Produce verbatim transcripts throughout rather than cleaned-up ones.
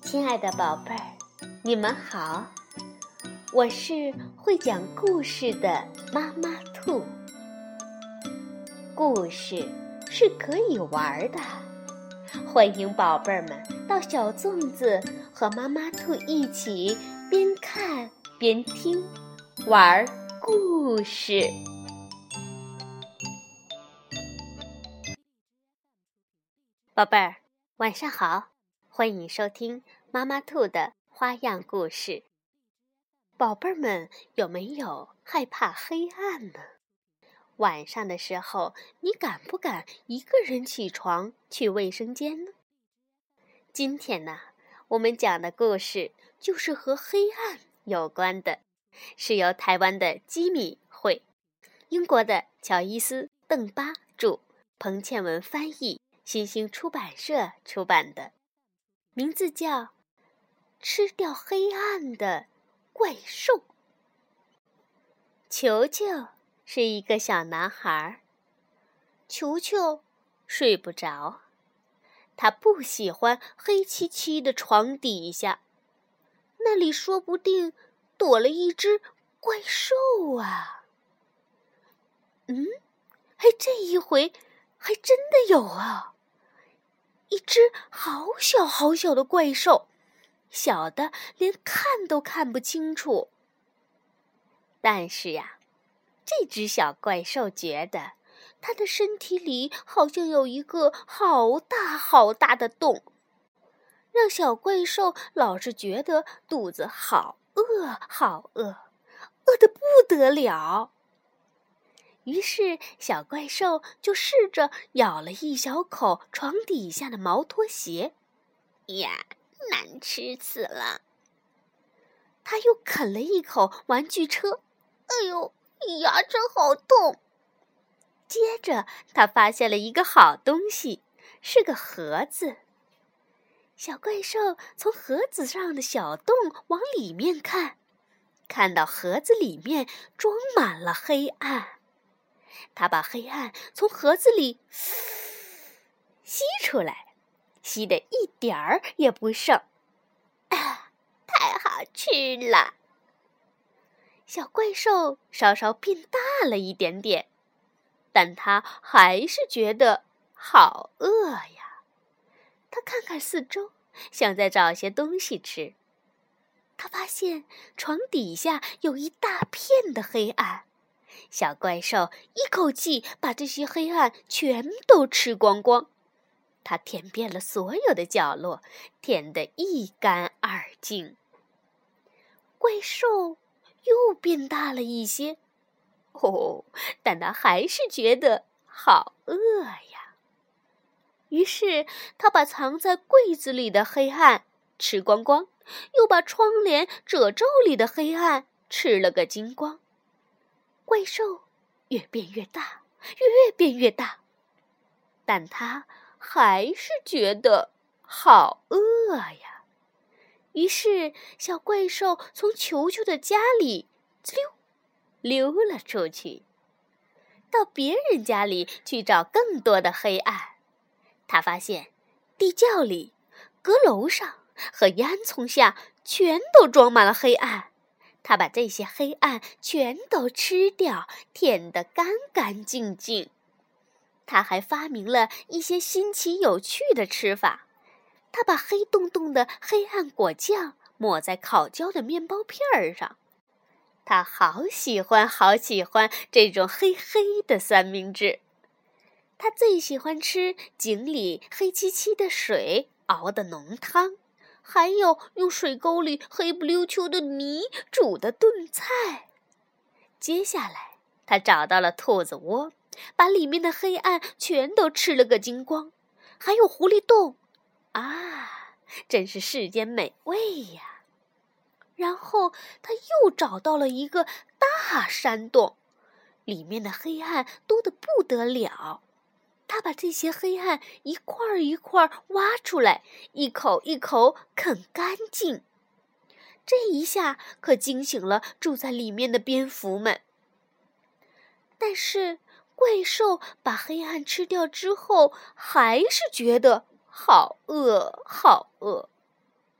亲爱的宝贝儿，你们好，我是会讲故事的妈妈兔。故事是可以玩的，欢迎宝贝儿们到小粽子和妈妈兔一起边看边听，玩故事。宝贝儿，晚上好，欢迎收听妈妈兔的花样故事。宝贝儿们有没有害怕黑暗呢？晚上的时候，你敢不敢一个人起床去卫生间呢？今天呢，我们讲的故事就是和黑暗有关的，是由台湾的基米绘，英国的乔伊斯·邓巴著，彭倩文翻译，新兴出版社出版的，名字叫《吃掉黑暗的怪兽》。球球是一个小男孩，球球睡不着，他不喜欢黑漆漆的床底下，那里说不定躲了一只怪兽啊。嗯，嘿，这一回还真的有啊，一只好小好小的怪兽，小的连看都看不清楚。但是呀，这只小怪兽觉得它的身体里好像有一个好大好大的洞，让小怪兽老是觉得肚子好饿好饿，饿得不得了。于是小怪兽就试着咬了一小口床底下的毛拖鞋，呀，难吃死了。他又啃了一口玩具车，哎呦，牙真好痛。接着他发现了一个好东西，是个盒子。小怪兽从盒子上的小洞往里面看，看到盒子里面装满了黑暗。他把黑暗从盒子里吸出来，吸得一点儿也不剩。啊，太好吃了！小怪兽稍稍变大了一点点，但他还是觉得好饿呀。他看看四周，想再找些东西吃。他发现床底下有一大片的黑暗，小怪兽一口气把这些黑暗全都吃光光。它舔遍了所有的角落，舔得一干二净。怪兽又变大了一些，哦，但它还是觉得好饿呀。于是它把藏在柜子里的黑暗吃光光，又把窗帘褶皱里的黑暗吃了个精光。怪兽越变越大，越变越大，但它还是觉得好饿呀。于是小怪兽从球球的家里溜溜了出去，到别人家里去找更多的黑暗。他发现地窖里、阁楼上和烟囱下全都装满了黑暗。他把这些黑暗全都吃掉，舔得干干净净。他还发明了一些新奇有趣的吃法。他把黑洞洞的黑暗果酱抹在烤焦的面包片儿上。他好喜欢好喜欢这种黑黑的三明治。他最喜欢吃井里黑漆漆的水熬的浓汤，还有用水沟里黑不溜秋的泥煮的炖菜。接下来他找到了兔子窝，把里面的黑暗全都吃了个精光。还有狐狸洞啊，真是世间美味呀。然后他又找到了一个大山洞，里面的黑暗多得不得了。他把这些黑暗一块一块挖出来，一口一口啃干净。这一下可惊醒了住在里面的蝙蝠们。但是怪兽把黑暗吃掉之后，还是觉得好饿好饿。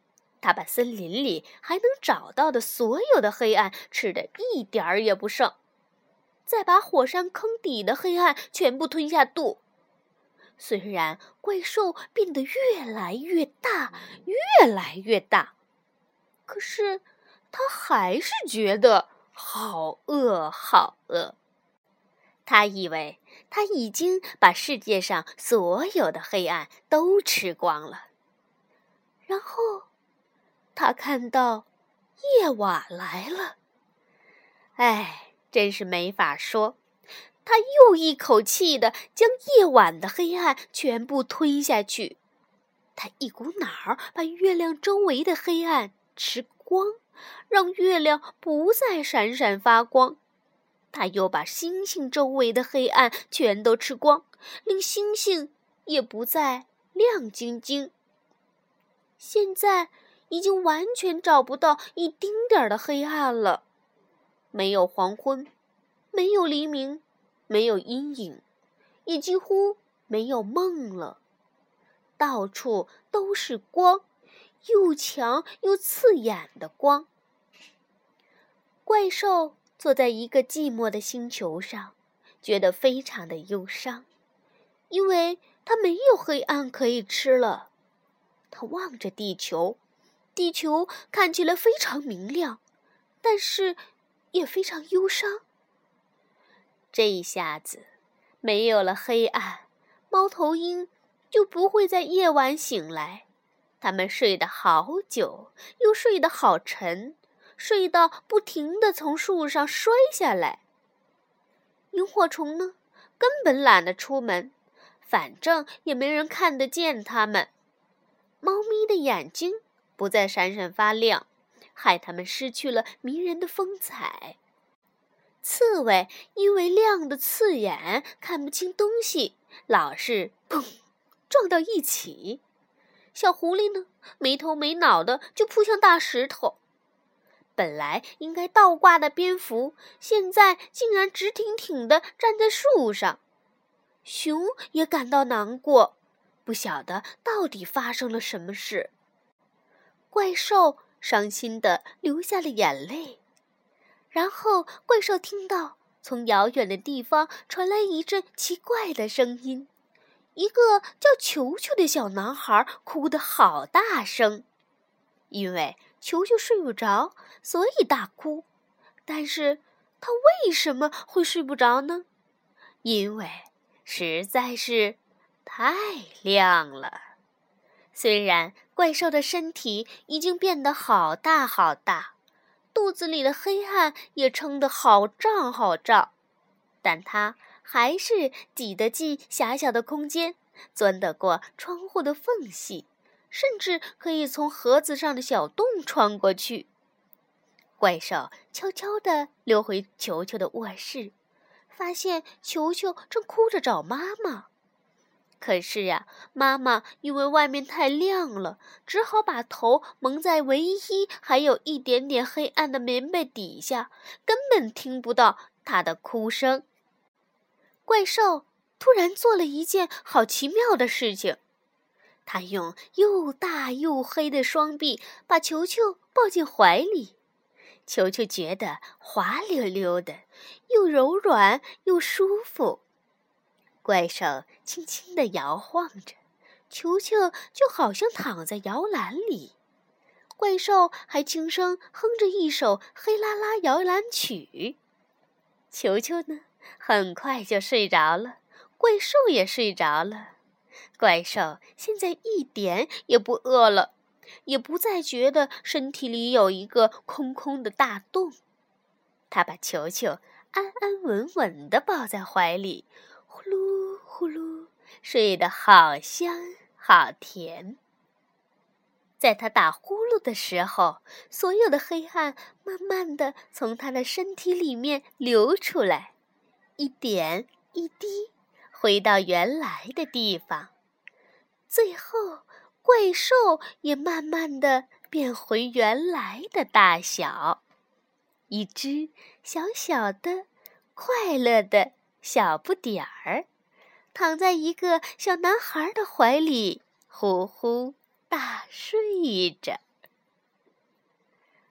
他把森林里还能找到的所有的黑暗吃得一点儿也不剩，再把火山坑底的黑暗全部吞下肚。虽然怪兽变得越来越大，越来越大，可是他还是觉得好饿好饿。他以为他已经把世界上所有的黑暗都吃光了。然后他看到夜晚来了，哎，真是没法说。他又一口气地将夜晚的黑暗全部吞下去，他一股脑儿把月亮周围的黑暗吃光，让月亮不再闪闪发光。他又把星星周围的黑暗全都吃光，令星星也不再亮晶晶。现在已经完全找不到一丁点儿的黑暗了，没有黄昏，没有黎明，没有阴影，也几乎没有梦了。到处都是光，又强又刺眼的光。怪兽坐在一个寂寞的星球上，觉得非常的忧伤，因为它没有黑暗可以吃了。他望着地球，地球看起来非常明亮，但是也非常忧伤。这一下子没有了黑暗，猫头鹰就不会在夜晚醒来。它们睡得好久，又睡得好沉，睡到不停地从树上摔下来。萤火虫呢，根本懒得出门，反正也没人看得见它们。猫咪的眼睛不再闪闪发亮，害它们失去了迷人的风采。刺猬因为亮得刺眼，看不清东西，老是砰撞到一起。小狐狸呢，没头没脑的就扑向大石头。本来应该倒挂的蝙蝠，现在竟然直挺挺地站在树上。熊也感到难过，不晓得到底发生了什么事。怪兽伤心地流下了眼泪。然后怪兽听到从遥远的地方传来一阵奇怪的声音，一个叫球球的小男孩哭得好大声。因为球球睡不着，所以大哭。但是他为什么会睡不着呢？因为实在是太亮了。虽然怪兽的身体已经变得好大好大，肚子里的黑暗也撑得好胀好胀，但它还是挤得进狭小的空间，钻得过窗户的缝隙，甚至可以从盒子上的小洞穿过去。怪兽悄悄地溜回球球的卧室，发现球球正哭着找妈妈。可是呀、啊，妈妈因为外面太亮了，只好把头蒙在唯一还有一点点黑暗的棉被底下，根本听不到她的哭声。怪兽突然做了一件好奇妙的事情，他用又大又黑的双臂把球球抱进怀里。球球觉得滑溜溜的，又柔软又舒服。怪兽轻轻地摇晃着，球球就好像躺在摇篮里。怪兽还轻声哼着一首黑啦啦摇篮曲。球球呢，很快就睡着了，怪兽也睡着了。怪兽现在一点也不饿了，也不再觉得身体里有一个空空的大洞。他把球球安安稳稳地抱在怀里，呼噜呼噜，睡得好香好甜。在他打呼噜的时候，所有的黑暗慢慢地从他的身体里面流出来，一点一滴回到原来的地方。最后怪兽也慢慢地变回原来的大小，一只小小的快乐的小不点儿，躺在一个小男孩的怀里呼呼大睡着。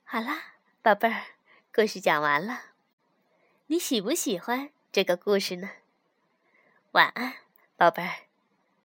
好啦，宝贝儿，故事讲完了。你喜不喜欢这个故事呢？晚安，宝贝儿。